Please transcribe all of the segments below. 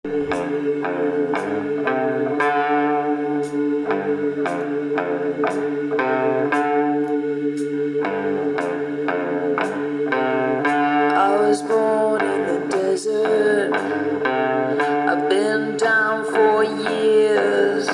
I was born in the desert. I've been down for years.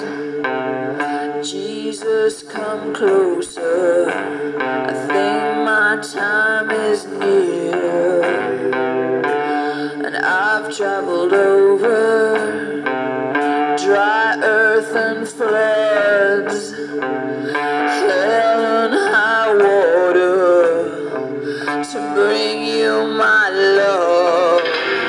Jesus, come closer. I think my time is near. And I've traveled over dry earth and floods, hell and high water, to bring you my love.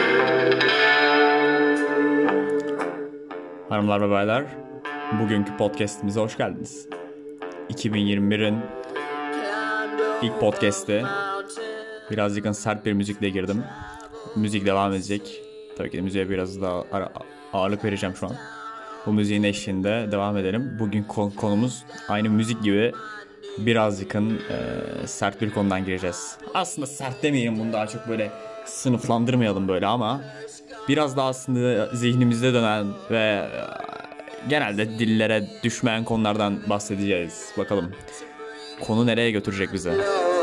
Hanımlar ve baylar, bugünkü podcast'imize hoş geldiniz. 2021'in ilk podcast'te birazcık sert bir müzikle girdim. Müzik devam edecek. Tabii ki de müziğe biraz daha ağırlık vereceğim şu an. Bu müziğin eşliğinde devam edelim. Bugün konumuz aynı müzik gibi birazcık sert bir konudan gireceğiz. Aslında sert demeyelim, bunu daha çok böyle sınıflandırmayalım böyle ama biraz da aslında zihnimizde dönen ve genelde dillere düşmeyen konulardan bahsedeceğiz. Bakalım konu nereye götürecek bizi?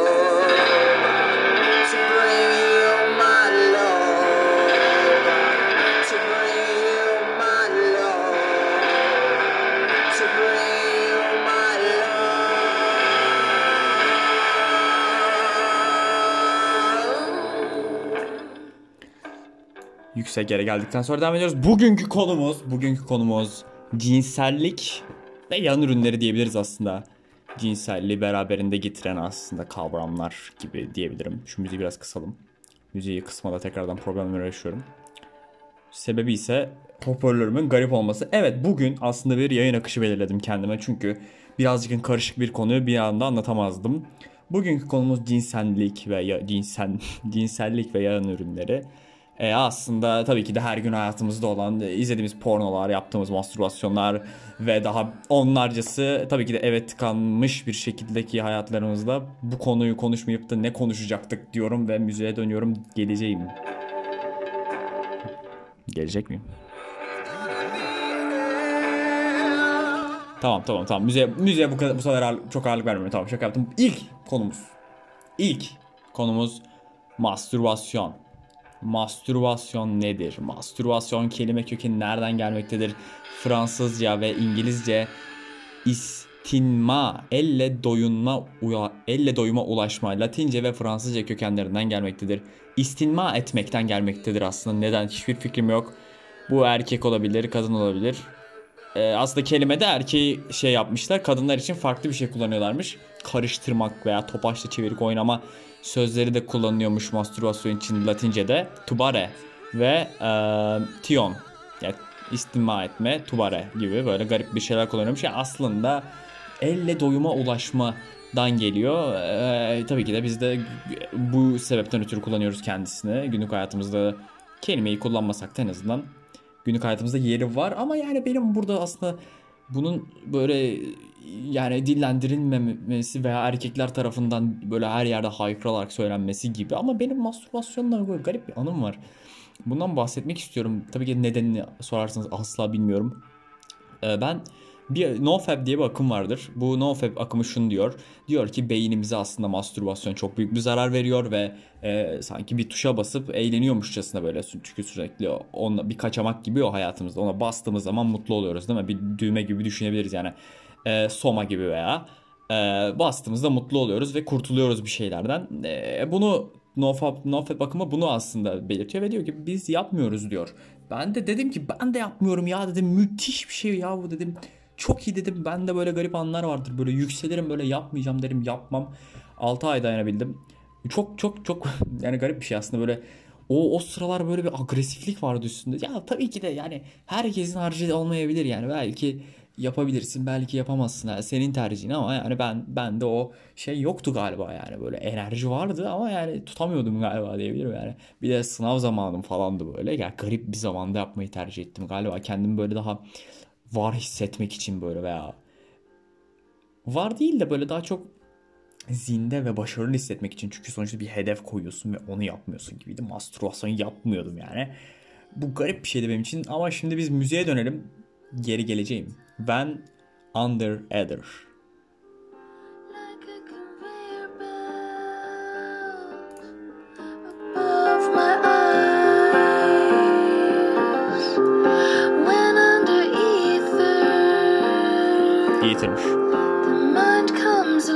Yüksek yere geldikten sonra devam ediyoruz. Bugünkü konumuz cinsellik ve yan ürünleri diyebiliriz aslında. Cinselliği beraberinde getiren aslında kavramlar gibi diyebilirim. Şu müziği biraz kısalım. Müziği kısmada tekrardan problemler yaşıyorum. Sebebi ise hoparlörümün garip olması. Evet, bugün aslında bir yayın akışı belirledim kendime. Çünkü birazcık karışık bir konuyu bir anda anlatamazdım. Bugünkü konumuz cinsellik ve cinsellik ve yan ürünleri. Aslında tabii ki de her gün hayatımızda olan izlediğimiz pornolar, yaptığımız mastürbasyonlar ve daha onlarcası tabii ki de evet tıkanmış bir şekildeki hayatlarımızda bu konuyu konuşmayıp da ne konuşacaktık diyorum ve müziğe dönüyorum. Gelecek miyim? Tamam. Müziğe bu sefer çok ağırlık vermiyorum. Tamam, şaka yaptım. İlk konumuz mastürbasyon. Mastürbasyon nedir? Mastürbasyon kelime kökeni nereden gelmektedir? Fransızca ve İngilizce istinma, elle doyuma ulaşma, Latince ve Fransızca kökenlerinden gelmektedir. İstinma etmekten gelmektedir aslında. Neden? Hiçbir fikrim yok. Bu erkek olabilir, kadın olabilir. Aslında kelimede erkeği yapmışlar. Kadınlar için farklı bir şey kullanıyorlarmış. Karıştırmak veya topaçla çevirip oynama sözleri de kullanılıyormuş mastürbasyon için Latince'de. Tubare ve tion. Yani istinma etme, tubare gibi böyle garip bir şeyler kullanıyormuş. Yani aslında elle doyuma ulaşmadan geliyor. Tabii ki de biz de bu sebepten ötürü kullanıyoruz kendisini. Günlük hayatımızda kelimeyi kullanmasak da en azından günlük hayatımızda yeri var. Ama yani benim burada aslında bunun böyle yani dillendirilmemesi veya erkekler tarafından böyle her yerde haykırarak söylenmesi gibi. Ama benim mastürbasyonla böyle garip bir anım var. Bundan bahsetmek istiyorum. Tabii ki nedenini sorarsanız asla bilmiyorum. Ben bir NoFap diye bir akım vardır. Bu NoFap akımı şunu diyor. Diyor ki beynimize aslında mastürbasyon çok büyük bir zarar veriyor ve sanki bir tuşa basıp eğleniyormuşçasına böyle. Çünkü sürekli onunla bir kaçamak gibi o hayatımızda. Ona bastığımız zaman mutlu oluyoruz değil mi? Bir düğme gibi düşünebiliriz yani. Soma gibi veya bastığımızda mutlu oluyoruz ve kurtuluyoruz bir şeylerden. Bunu NoFap akımı bunu aslında belirtiyor ve diyor ki biz yapmıyoruz diyor. Ben de dedim ki ben de yapmıyorum ya dedim, müthiş bir şey ya bu dedim. Çok iyi dedim, ben de böyle garip anlar vardır, böyle yükselirim, böyle yapmayacağım derim, yapmam. 6 ay dayanabildim. Çok yani garip bir şey aslında, böyle o sıralar böyle bir agresiflik vardı üstünde. Ya tabii ki de yani herkesin harcı olmayabilir yani, belki yapabilirsin belki yapamazsın, yani senin tercihin, ama yani ben de o şey yoktu galiba, yani böyle enerji vardı ama yani tutamıyordum galiba diyebilirim yani. Bir de sınav zamanım falandı böyle, ya garip bir zamanda yapmayı tercih ettim galiba, kendimi böyle daha var hissetmek için böyle, veya var değil de böyle daha çok zinde ve başarılı hissetmek için, çünkü sonuçta bir hedef koyuyorsun ve onu yapmıyorsun gibiydi. Mastürbasyon yapmıyordum yani. Bu garip bir şeydi benim için ama şimdi biz müziğe dönelim. Geri geleceğim. Ben Under Ether. Like a conveyor belt above my eyes. When under ether, Ether. the mind comes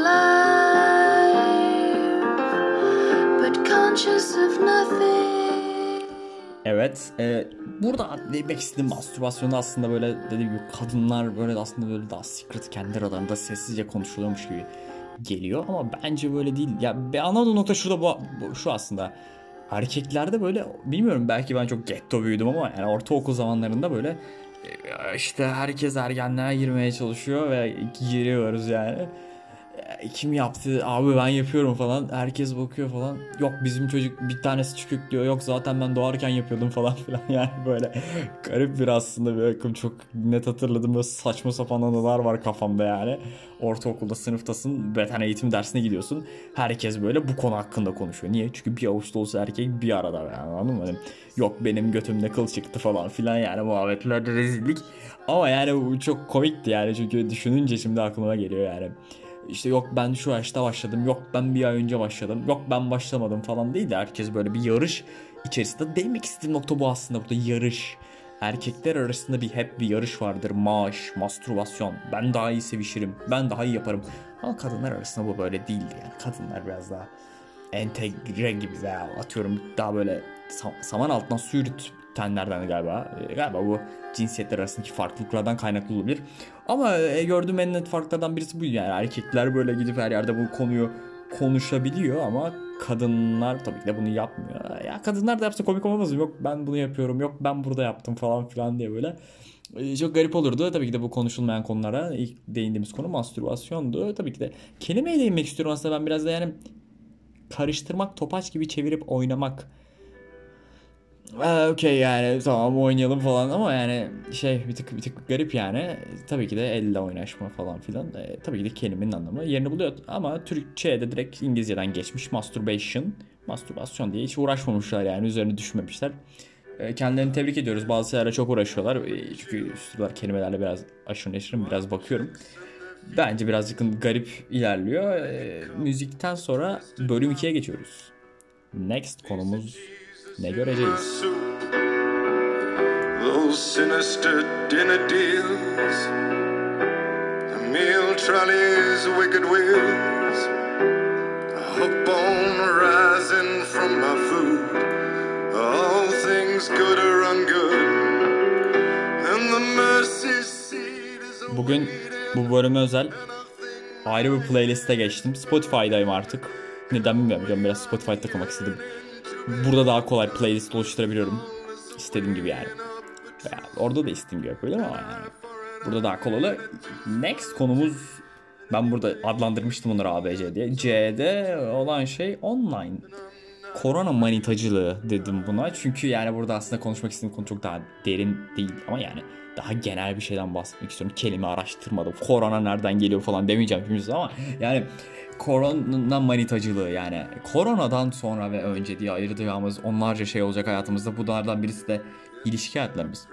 alive, but conscious of nothing. Evet. Burada demek istediğim mastürbasyonda aslında böyle dediğim gibi kadınlar böyle aslında böyle daha secret kendi aralarında sessizce konuşuluyormuş gibi geliyor ama bence böyle değil. Ya anladığım nokta şurada şu aslında. Erkeklerde böyle bilmiyorum belki ben çok getto büyüdüm ama yani ortaokul zamanlarında böyle işte herkes ergenliğe girmeye çalışıyor ve giriyoruz yani. Kim yaptı? Abi ben yapıyorum falan. Herkes bakıyor falan. Yok bizim çocuk bir tanesi çıkık diyor. Yok zaten ben doğarken yapıyordum falan filan. Yani böyle garip bir aslında bir akım. Çok net hatırladım. Böyle saçma sapan anılar var kafamda yani. Ortaokulda sınıftasın. Beden eğitim dersine gidiyorsun. Herkes böyle bu konu hakkında konuşuyor. Niye? Çünkü bir avuç dolusu erkek bir arada yani, anladın mı? Hani yok benim götümde kıl çıktı falan filan yani muhabbetlerde rezillik. Ama yani bu çok komikti yani çünkü düşününce şimdi aklıma geliyor yani. İşte yok ben şu yaşta başladım, yok ben bir ay önce başladım, yok ben başlamadım falan değil de herkes böyle bir yarış içerisinde. Değinmek istediğim nokta bu aslında burada yarış. Erkekler arasında hep bir yarış vardır. Maaş, mastürbasyon, ben daha iyi sevişirim, ben daha iyi yaparım. Ama kadınlar arasında bu böyle değildi yani. Kadınlar biraz daha entegre gibi veya atıyorum daha böyle saman altından su yürütenlerden galiba. Galiba bu cinsiyetler arasındaki farklılıklardan kaynaklı olabilir. Ama gördüğüm en net farklardan birisi bu yani. Erkekler böyle gidip her yerde bu konuyu konuşabiliyor ama kadınlar tabii ki de bunu yapmıyor. Ya kadınlar da yapsa komik olmaz mı? Yok ben bunu yapıyorum, yok ben burada yaptım falan filan diye böyle. Çok garip olurdu. Tabii ki de bu konuşulmayan konulara ilk değindiğimiz konu mastürbasyondu. Tabii ki de kelimeyle değinmek istiyorum aslında ben biraz da yani karıştırmak, topaç gibi çevirip oynamak. Okey yani tamam oynayalım falan ama yani bir tık garip yani. Tabii ki de elle oynaşma falan filan. Tabii ki de kelimenin anlamı yerini buluyor ama Türkçe'ye de direkt İngilizceden geçmiş masturbation. Mastürbasyon diye hiç uğraşmamışlar yani üzerine düşmemişler. Kendilerini tebrik ediyoruz. Bazı şeylerle çok uğraşıyorlar. Çünkü üstüler kelimelerle biraz aşırı neşirim biraz bakıyorum. Bence birazcık garip ilerliyor. Müzikten sonra bölüm 2'ye geçiyoruz. Next konumuz ne göreceğiz? Those sinister dinner deals, the meal trolley's wicked wheels, I hope on rising from my food, all things good are ungood, and the mercy seat is Bugün bu bölüme özel ayrı bir playlist'e geçtim. Spotify'dayım artık. Neden bilmiyorum. Biraz Spotify'da takılmak istedim. Burada daha kolay playlist oluşturabiliyorum. İstediğim gibi yani. Veya orada da istediğim gibi yapıyorum ama yani. Burada daha kolay. Next konumuz ben burada adlandırmıştım onları ABC diye. C'de olan şey online. Korona manitacılığı dedim buna. Çünkü yani burada aslında konuşmak istediğim konu çok daha derin değil ama yani daha genel bir şeyden bahsetmek istiyorum. Kelime araştırmadım. Korona nereden geliyor falan demeyeceğim şimdi ama yani korona manitacılığı yani koronadan sonra ve önce diye ayırdığımız onlarca şey olacak hayatımızda. Bunlardan birisi de ilişki hayatlarımız.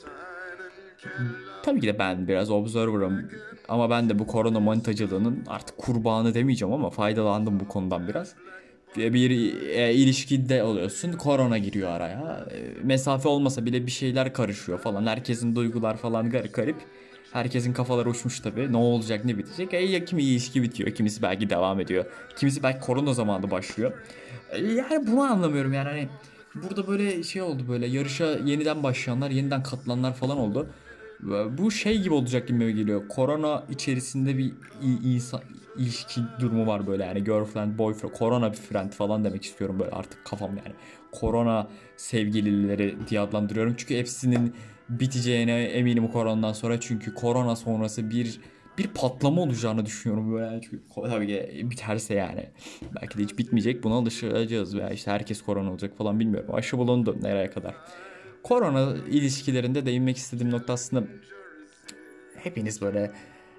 Tabii ki de ben biraz observer'ım ama ben de bu korona manitacılığının artık kurbanı demeyeceğim ama faydalandım bu konudan biraz. Bir ilişkide oluyorsun, korona giriyor araya. Mesafe olmasa bile bir şeyler karışıyor falan. Herkesin duygular falan garip garip. Herkesin kafaları uçmuş tabii. Ne olacak ne bitecek? Ya kimi ilişki bitiyor, kimisi belki devam ediyor. Kimisi belki korona zamanı başlıyor. Yani bunu anlamıyorum yani hani burada böyle şey oldu böyle yarışa yeniden başlayanlar, yeniden katılanlar falan oldu. Bu şey gibi olacak gibi geliyor. Korona içerisinde bir insan ilişki durumu var böyle yani girlfriend, boyfriend, korona bir friend falan demek istiyorum böyle artık kafamda yani. Korona sevgilileri diye adlandırıyorum. Çünkü hepsinin biteceğine eminim koronadan sonra. Çünkü korona sonrası bir patlama olacağını düşünüyorum böyle. Yani çünkü tabii ki biterse yani. Belki de hiç bitmeyecek. Buna alışacağız veya işte herkes korona olacak falan bilmiyorum. Aşı bulundu nereye kadar. Korona ilişkilerinde değinmek istediğim nokta aslında hepiniz böyle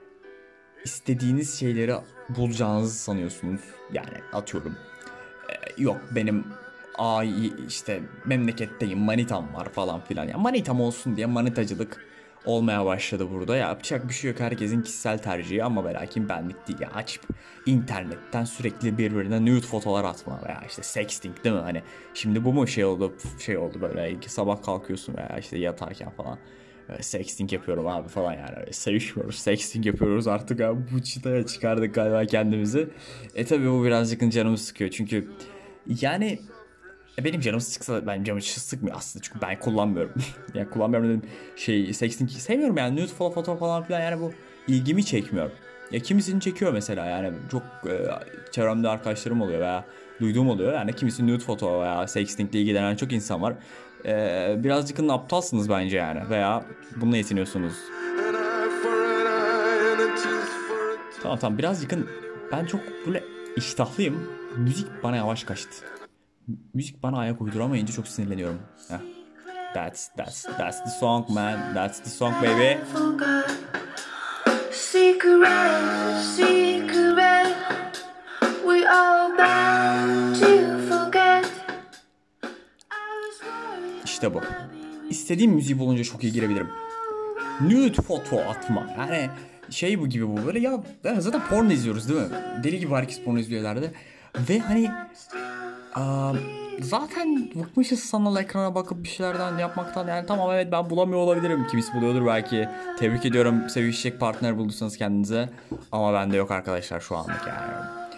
istediğiniz şeyleri bulacağınızı sanıyorsunuz. Yani atıyorum yok benim ay işte memleketteyim, manitam var falan filan. Ya manitam olsun diye manitacılık olmaya başladı burada. Ya yapacak bir şey yok, herkesin kişisel tercihi ama ve lakin benlik değil ya. Açıp internetten sürekli birbirine nude fotolar atma veya işte sexting, değil mi? Hani şimdi bu mu şey oldu böyle ilk sabah kalkıyorsun veya işte yatarken falan. Sexting yapıyorum abi falan yani. Sevişmiyoruz, sexting yapıyoruz artık abi, bu çıtaya çıkardık galiba kendimizi. Tabi bu birazcık canımı sıkıyor çünkü yani benim canım sıksa benim canım hiç sıkmıyor aslında çünkü ben kullanmıyorum. Yani kullanmıyorum dedim, sexting sevmiyorum yani, nude foto falan filan, yani bu ilgimi çekmiyor. Ya kimisini çekiyor mesela, yani çok çevremde arkadaşlarım oluyor veya duyduğum oluyor, yani kimisi nude foto veya sextingle ilgilenen çok insan var. Birazcık aptalsınız bence yani, veya bununla yetiniyorsunuz. Tamam birazcık ben çok böyle iştahlıyım. Müzik bana yavaş kaçtı. Müzik bana ayak uyduramayınca çok sinirleniyorum. Heh. That's the song man. That's the song baby. Secret, secret, we all bound to forget. İşte bu. İstediğim müziği bulunca çok iyi girebilirim. Nude foto atma. Yani şey bu gibi bu böyle ya, zaten porno izliyoruz değil mi? Deli gibi herkes porno izliyor ileride. Ve hani zaten bıkmışız sanal ekrana bakıp bir şeylerden yapmaktan, yani tamam evet ben bulamıyor olabilirim. Kimisi buluyordur belki. Tebrik ediyorum, sevişecek partner bulduysanız kendinize. Ama bende yok arkadaşlar şu anlık yani.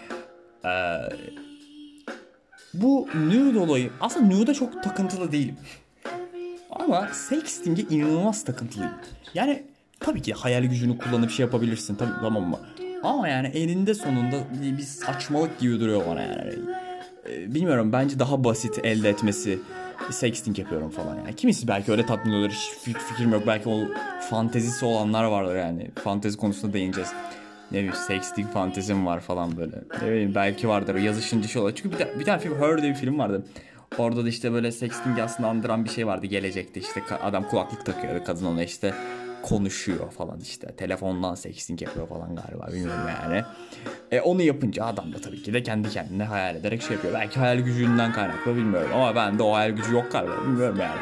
Bu nude olayı, aslında nude'a çok takıntılı değilim. Ama sexting'e inanılmaz takıntılıyım. Yani tabii ki hayal gücünü kullanıp şey yapabilirsin tabii, tamam mı? Ama yani elinde sonunda bir saçmalık gibi duruyor bana yani. Bilmiyorum, bence daha basit elde etmesi, sexting yapıyorum falan yani. Kimisi belki öyle tatmin olur, hiç fikrim yok. Belki o fantezisi olanlar vardır yani. Fantezi konusunda değineceğiz. Ne bileyim, sexting fantezim var falan böyle. Ne bileyim, belki vardır yazışınca şey olur. Çünkü bir tane film, Her diye bir film vardı. Orada da işte böyle sexting aslında andıran bir şey vardı gelecekte, işte adam kulaklık takıyor ve kadın ona işte konuşuyor falan, işte telefondan sexting yapıyor falan galiba, bilmiyorum yani. Onu yapınca adam da tabii ki de kendi kendine hayal ederek şey yapıyor. Belki hayal gücünden kaynaklı, bilmiyorum ama bende o hayal gücü yok galiba, bilmiyorum yani.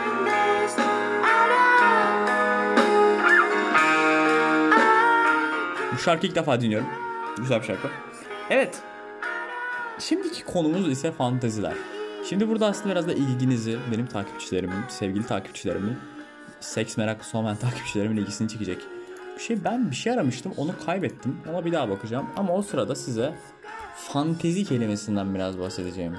Bu şarkı ilk defa dinliyorum. Güzel bir şarkı. Evet. Şimdiki konumuz ise fanteziler. Şimdi burada aslında biraz da ilginizi, benim takipçilerimin, sevgili takipçilerimin, seks meraklısı olmayan takipçilerimin ilgisini çekecek ben bir şey aramıştım, onu kaybettim ama bir daha bakacağım. Ama o sırada size fantezi kelimesinden biraz bahsedeceğim.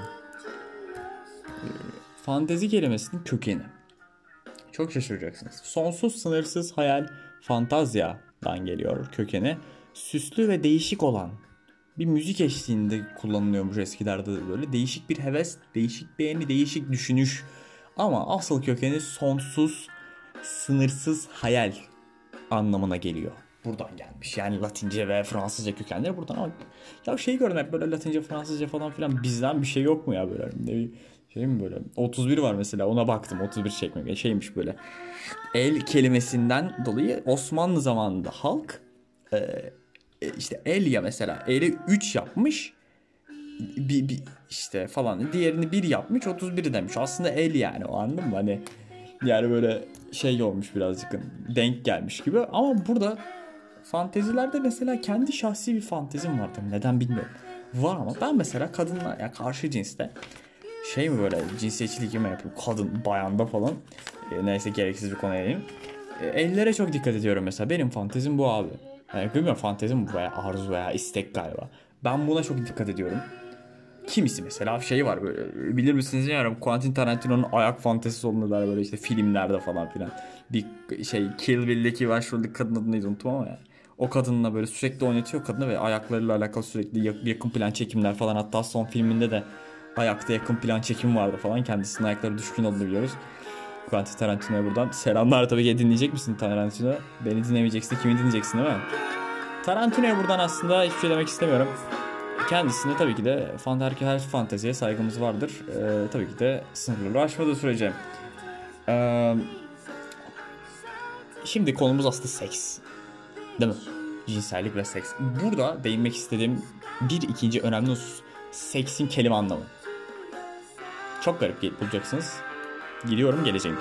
Fantezi kelimesinin kökeni. Çok şaşıracaksınız. Sonsuz sınırsız hayal, fantazyadan geliyor kökeni. Süslü ve değişik olan bir müzik eşliğinde kullanılıyormuş eskilerde, böyle değişik bir heves, değişik beğeni, değişik düşünüş. Ama asıl kökeni sonsuz, sınırsız hayal anlamına geliyor. Buradan gelmiş. Yani Latince ve Fransızca kökenleri buradan. Ama ya şey gördüm hep böyle Latince, Fransızca falan filan, bizden bir şey yok mu ya böyle? Ne bir şey mi böyle? 31 var mesela, ona baktım. 31 çekmek şeymiş böyle. El kelimesinden dolayı Osmanlı zamanında halk işte el ya mesela, eli 3 yapmış, bir işte falan, diğerini 1 yapmış, 31 demiş. Aslında el yani, o, anladın mı? Hani yani böyle şey olmuş birazcık, denk gelmiş gibi. Ama burada fantezilerde mesela kendi şahsi bir fantezim var tabii, neden bilmiyorum. Var ama ben mesela kadınla, ya karşı cinste şey mi böyle cinsiyetçilik mi yapıyor kadın bayanda falan, neyse gereksiz bir konuya değineyim. Ellere çok dikkat ediyorum mesela, benim fantezim bu abi. Yani bilmiyorum, fantezim bu veya arzu veya istek galiba. Ben buna çok dikkat ediyorum. Kimisi mesela şey var böyle, bilir misiniz bilmiyorum, Quentin Tarantino'nun ayak fantezisi olduğunu der böyle, işte filmlerde falan filan. Bir şey, Kill Bill'deki başroldeki kadın adını neydi unuttum ama yani. O kadınla böyle sürekli oynatıyor kadını ve ayaklarıyla alakalı sürekli yakın plan çekimler falan. Hatta son filminde de ayakta yakın plan çekim vardı falan. Kendisinin ayakları düşkün olduğunu biliyoruz. Quentin Tarantino'ya buradan selamlar. Tabii ki dinleyecek misin Tarantino? Beni dinlemeyeceksin, kimi dinleyeceksin değil mi? Tarantino'ya buradan aslında hiçbir şey demek istemiyorum. Kendisine tabii ki de her fanteziye saygımız vardır. Tabii ki de sınırları aşmadığı sürece. Şimdi konumuz aslında seks. Değil mi? Cinsellik ve seks. Burada değinmek istediğim bir ikinci önemli husus, seksin kelime anlamı. Çok garip bulacaksınız. Gidiyorum, geleceğim.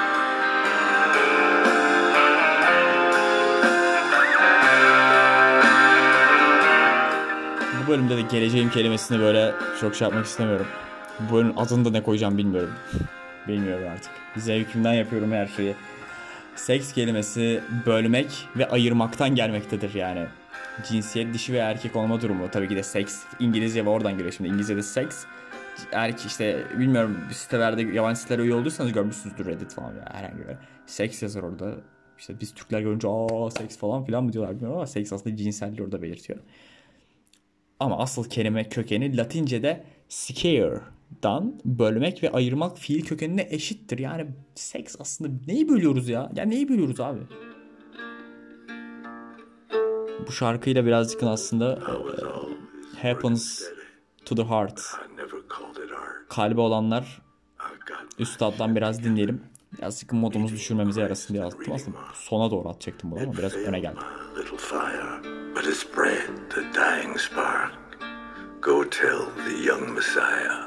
Bu bölümde de geleceğim kelimesini böyle çok şey yapmak istemiyorum. Bu bölümün adını da ne koyacağım bilmiyorum. Bilmiyorum artık. Zevkimden yapıyorum her şeyi. Seks kelimesi bölmek ve ayırmaktan gelmektedir yani. Cinsiyet, dişi ve erkek olma durumu. Tabii ki de seks. İngilizce ve oradan geliyor şimdi. İngilizce'de seks. Erkek işte bilmiyorum, sitelerde, yabancı sitelere üye olduysanız görmüşsünüzdür, Reddit falan ya, herhangi bir. Seks yazar orada. İşte biz Türkler görünce seks falan filan mı diyorlar bilmiyorum ama seks aslında cinselliği orada belirtiyor. Ama asıl kelime kökeni Latince'de scare'dan bölmek ve ayırmak fiil kökenine eşittir. Yani seks aslında neyi bölüyoruz ya? Ya neyi bölüyoruz abi? Bu şarkıyla birazcık aslında happens to the heart. Kalbi olanlar üstaddan biraz dinleyelim. Birazcık modumuzu düşürmemize yarasın diye attım. Aslında sona doğru atacaktım bunu ama biraz öne geldim. But it spread the dying spark. Go tell the young Messiah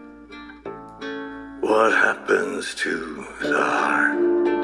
what happens to the heart.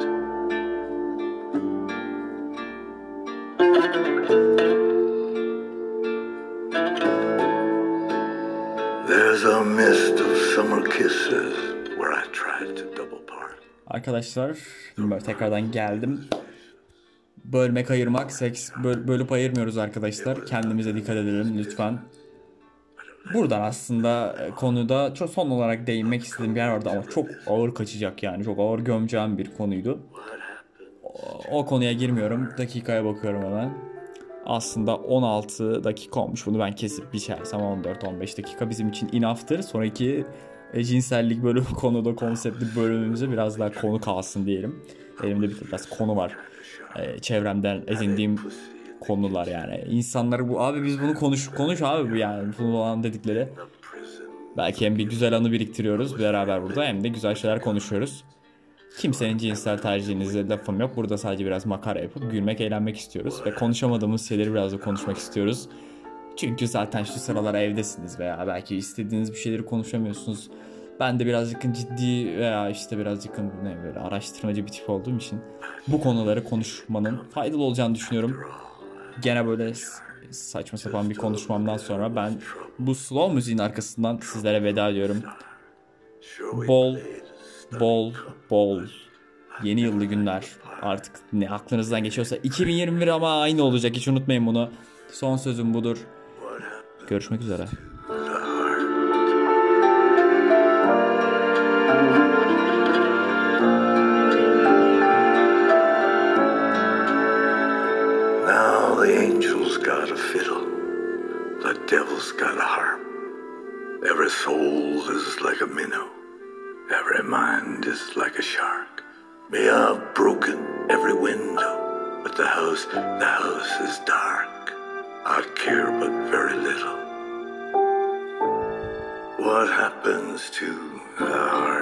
There's a mist of summer kisses where I tried to double park. Arkadaşlar tekrardan geldim. Bölmek, ayırmak, seks bölüp ayırmıyoruz arkadaşlar. Kendimize dikkat edelim lütfen. Buradan aslında konuda çok son olarak değinmek istediğim bir yer vardı ama çok ağır kaçacak yani. Çok ağır gömeceğim bir konuydu. O konuya girmiyorum. Dakikaya bakıyorum hemen. Aslında 16 dakika olmuş. Bunu ben kesip biçersem 14-15 dakika bizim için enough'tır. Sonraki cinsellik bölüm konuda konseptli bölümümüze biraz daha konu kalsın diyelim. Elimde biraz konu var. Çevremden edindiğim konular yani. İnsanları bu abi biz bunu konuş abi bu yani falan dedikleri. Belki hem bir güzel anı biriktiriyoruz beraber burada hem de güzel şeyler konuşuyoruz. Kimsenin cinsel tercihinize lafım yok. Burada sadece biraz makara yapıp gülmek, eğlenmek istiyoruz. Ve konuşamadığımız şeyleri biraz da konuşmak istiyoruz. Çünkü zaten şu sıralar evdesiniz veya belki istediğiniz bir şeyleri konuşamıyorsunuz. Ben de birazcık ciddi veya işte birazcık böyle araştırmacı bir tip olduğum için bu konuları konuşmanın faydalı olacağını düşünüyorum. Gene böyle saçma sapan bir konuşmamdan sonra ben bu slow müziğin arkasından sizlere veda ediyorum. Bol yeni yıllı günler, artık ne aklınızdan geçiyorsa. 2021 ama aynı olacak, hiç unutmayın bunu. Son sözüm budur. Görüşmek üzere. Now the angels got a fiddle, the devil's got a harp. Every soul is like a minnow, every mind is like a shark. May I've broken every window, but the house is dark. I care but very little. What happens to the heart?